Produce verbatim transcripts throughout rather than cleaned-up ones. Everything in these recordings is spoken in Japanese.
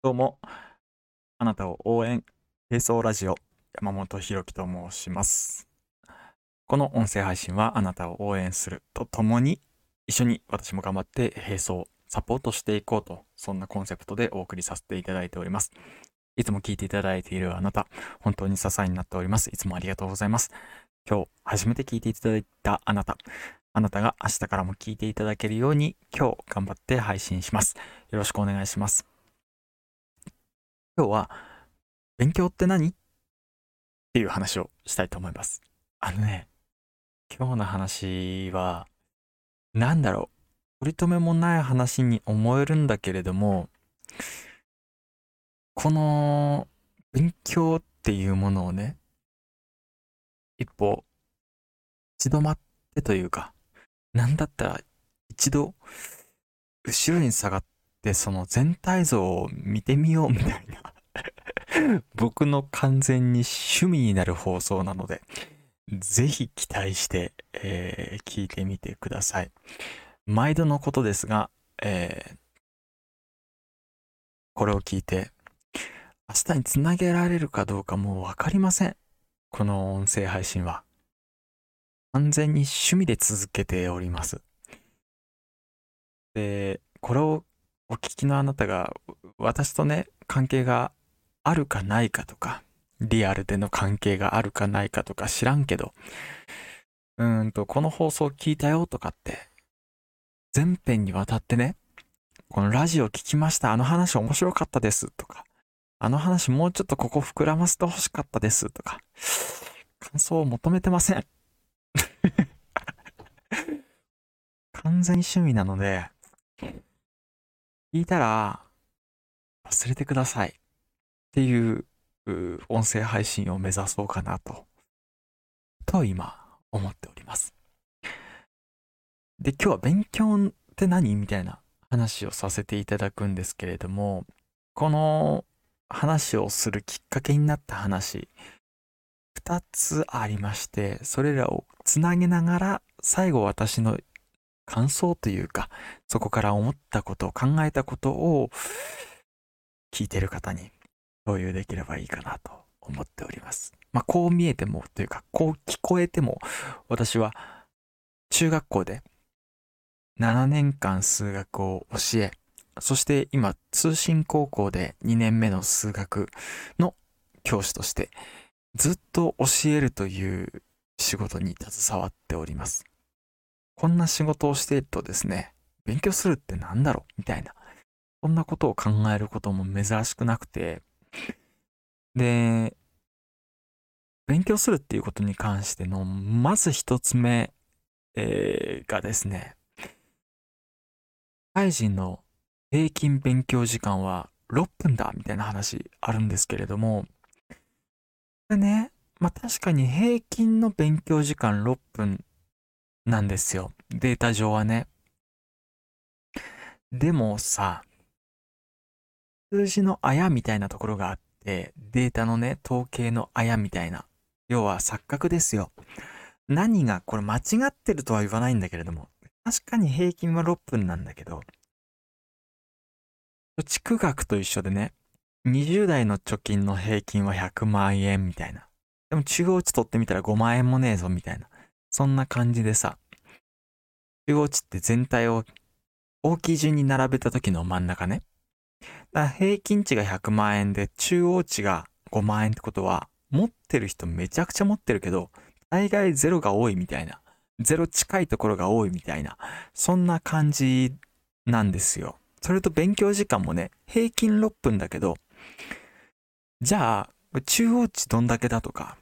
どうも、あなたを応援、並走ラジオ、山本ひろきと申します。この音声配信はあなたを応援するとともに、一緒に私も頑張って並走、サポートしていこうと、そんなコンセプトでお送りさせていただいております。いつも聞いていただいているあなた、本当に支えになっております。いつもありがとうございます。今日、初めて聞いていただいたあなた、あなたが明日からも聞いていただけるように、今日頑張って配信します。よろしくお願いします。今日は、勉強って何っていう話をしたいと思います。あのね、今日の話は、なんだろう、取り留めもない話に思えるんだけれども、この勉強っていうものをね、一歩、立ち止まってというか、なんだったら一度、後ろに下がって、その全体像を見てみようみたいな僕の完全に趣味になる放送なので、ぜひ期待して、えー聞いてみてください。毎度のことですが、えーこれを聞いて、明日につなげられるかどうかもうわかりません。この音声配信は。完全に趣味で続けております。で、これをお聞きのあなたが、私とね、関係があるかないかとか、リアルでの関係があるかないかとか知らんけど、うーんと、この放送聞いたよとかって、全編にわたってね、このラジオ聞きました、あの話面白かったですとか、あの話もうちょっとここ膨らませてほしかったですとか、感想を求めてません。完全に趣味なので、聞いたら忘れてくださいっていうう音声配信を目指そうかなと、と今思っております。で、今日は勉強って何みたいな話をさせていただくんですけれども、この話をするきっかけになった話、二つありまして、それらをつなげながら、最後私の感想というか、そこから思ったこと、考えたことを聞いている方に共有できればいいかなと思っております。まあ、こう見えてもというか、こう聞こえても、私は中学校でななねんかん数学を教え、そして今通信高校でにねんめの数学の教師としてずっと教えるという仕事に携わっております。こんな仕事をしているとですね、勉強するってなんだろうみたいな、そんなことを考えることも珍しくなくて、で、勉強するっていうことに関しての、まず一つ目、えーがですね、社会人の平均勉強時間はろっぷんだみたいな話あるんですけれども、これね、まあ確かに平均の勉強時間ろっぷんなんですよ。データ上はね。でもさ、数字のあやみたいなところがあって、データのね、統計のあやみたいな。要は錯覚ですよ。何が、これ間違ってるとは言わないんだけれども、確かに平均はろっぷんなんだけど、地区学と一緒でね、にじゅう代の貯金の平均はひゃくまんえんみたいな。でも中央値取ってみたらごまん円もねえぞみたいな。そんな感じでさ、中央値って全体を大きい順に並べた時の真ん中ね。だから平均値がひゃくまん円で中央値がごまん円ってことは、持ってる人めちゃくちゃ持ってるけど、大概ゼロが多いみたいな。ゼロ近いところが多いみたいな。そんな感じなんですよ。それと勉強時間もね、平均ろっぷんだけど、じゃあ、中央値どんだけだとか、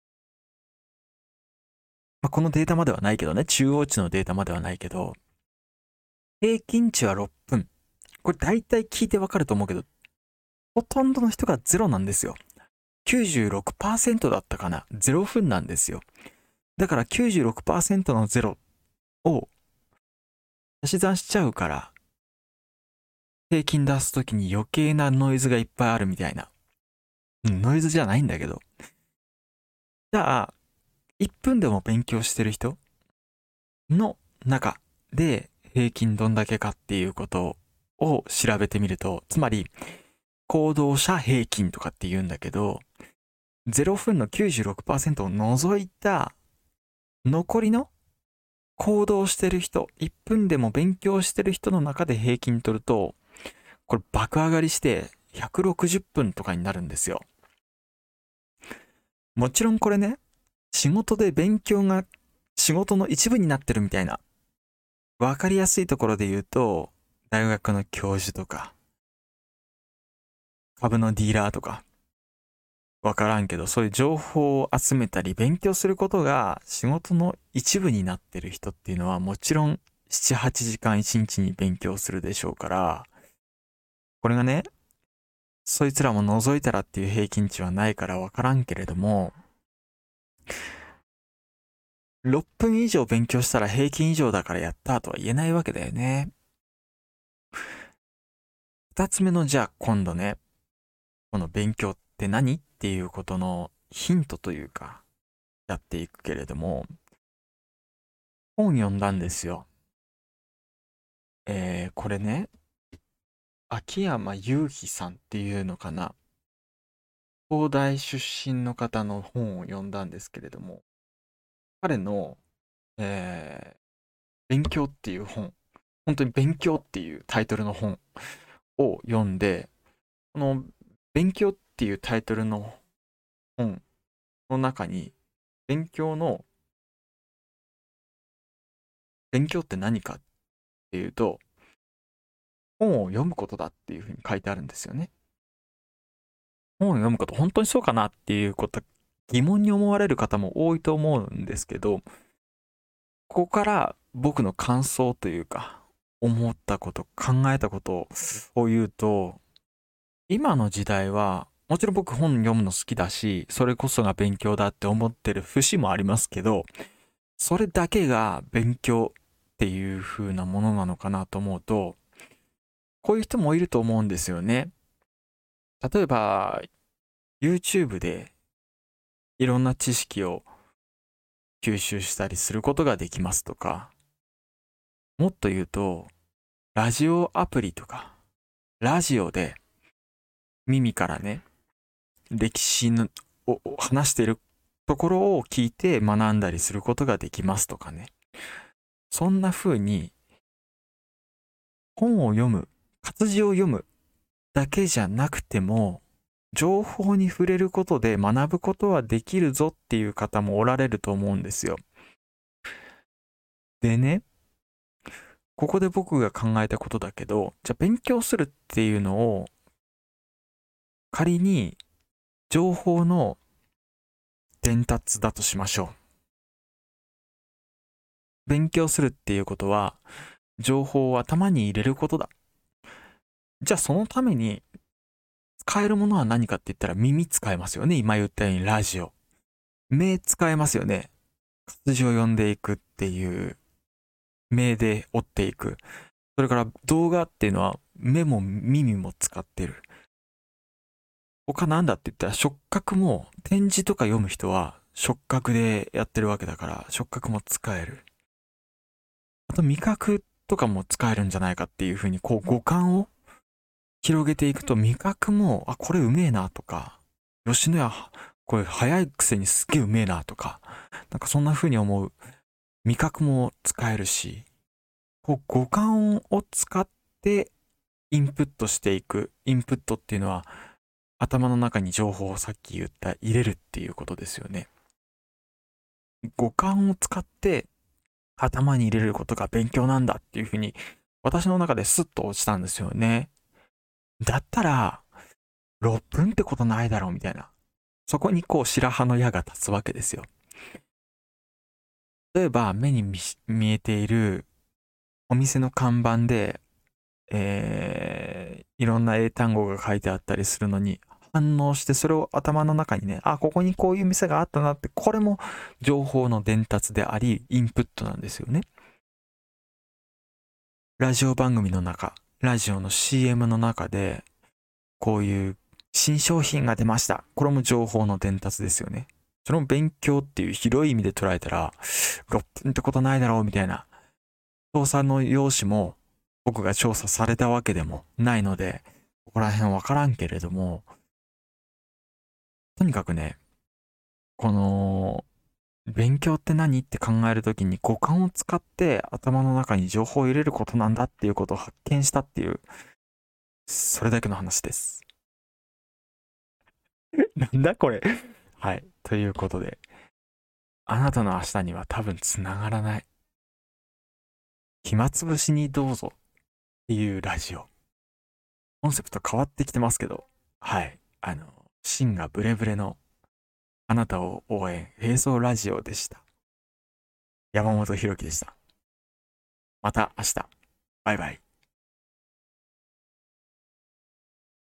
まあ、このデータまではないけどね、中央値のデータまではないけど、平均値はろっぷん。これ大体聞いてわかると思うけど、ほとんどの人がゼロなんですよ。きゅうじゅうろくパーセントだったかな。ゼロ分なんですよ。だからきゅうじゅうろくパーセントのゼロを足し算しちゃうから、平均出すときに余計なノイズがいっぱいあるみたいな。うん、ノイズじゃないんだけど。じゃあ、いっぷんでも勉強してる人の中で平均どんだけかっていうことを調べてみると、つまり行動者平均とかって言うんだけど、ゼロふんの きゅうじゅうろくパーセント を除いた残りの行動してる人、いっぷんでも勉強してる人の中で平均取ると、これ爆上がりしてひゃくろくじゅっぷんとかになるんですよ。もちろんこれね、仕事で勉強が仕事の一部になってるみたいな、わかりやすいところで言うと、大学の教授とか、株のディーラーとか、わからんけど、そういう情報を集めたり勉強することが仕事の一部になってる人っていうのはもちろんなな、はちじかんいちにちに勉強するでしょうから、これがね、そいつらも除いたらっていう平均値はないからわからんけれども、ろっぷん以上勉強したら平均以上だからやったとは言えないわけだよね。二つ目のじゃあ今度ね、この勉強って何っていうことのヒントというか、やっていくけれども、本読んだんですよ。えー、これね、秋山雄飛さんっていうのかな。東大出身の方の本を読んだんですけれども、彼の、えー、勉強っていう本、本当に勉強っていうタイトルの本を読んで、この勉強っていうタイトルの本の中に、勉強の、勉強って何かっていうと、本を読むことだっていうふうに書いてあるんですよね。本を読むこと本当にそうかなっていうこと疑問に思われる方も多いと思うんですけど、ここから僕の感想というか思ったこと考えたことを言うと、今の時代はもちろん僕本読むの好きだし、それこそが勉強だって思ってる節もありますけど、それだけが勉強っていう風なものなのかなと思うと、こういう人もいると思うんですよね。例えば YouTube でいろんな知識を吸収したりすることができますとか、もっと言うとラジオアプリとかラジオで耳からね、歴史のを話しているところを聞いて学んだりすることができますとかね。そんな風に本を読む、活字を読むだけじゃなくても、情報に触れることで学ぶことはできるぞっていう方もおられると思うんですよ。でね、ここで僕が考えたことだけど、じゃあ勉強するっていうのを仮に情報の伝達だとしましょう。勉強するっていうことは情報を頭に入れることだ。じゃあそのために使えるものは何かって言ったら耳使えますよね。今言ったようにラジオ。目使えますよね。活字を読んでいくっていう目で追っていく。それから動画っていうのは目も耳も使ってる。他なんだって言ったら触覚も展示とか読む人は触覚でやってるわけだから触覚も使える。あと味覚とかも使えるんじゃないかっていうふうにこう五感を広げていくと味覚もあこれうめえなとか吉野家これ早いくせにすっげえうめえなとかなんかそんなふうに思う。味覚も使えるしこう五感を使ってインプットしていく。インプットっていうのは頭の中に情報をさっき言った入れるっていうことですよね。五感を使って頭に入れることが勉強なんだっていうふうに私の中でスッと落ちたんですよね。だったらろっぷんってことないだろうみたいな。そこにこう白羽の矢が立つわけですよ。例えば目に見えているお店の看板で、えー、いろんな英単語が書いてあったりするのに反応してそれを頭の中にね、あ、ここにこういう店があったなって、これも情報の伝達であり、インプットなんですよね。ラジオ番組の中、ラジオの シーエム の中で、こういう新商品が出ました。これも情報の伝達ですよね。それも勉強っていう広い意味で捉えたら、ろっぷんってことないだろうみたいな。調査の用紙も僕が調査されたわけでもないので、 ここら辺わからんけれども、とにかくね、この、勉強って何って考えるときに五感を使って頭の中に情報を入れることなんだっていうことを発見したっていう、それだけの話です。なんだこれ。はい。ということで、あなたの明日には多分つながらない。暇つぶしにどうぞっていうラジオ。コンセプト変わってきてますけど、はい。あの、芯がブレブレのあなたを応援、並走ラジオでした。山本博樹でした。また明日。バイバイ。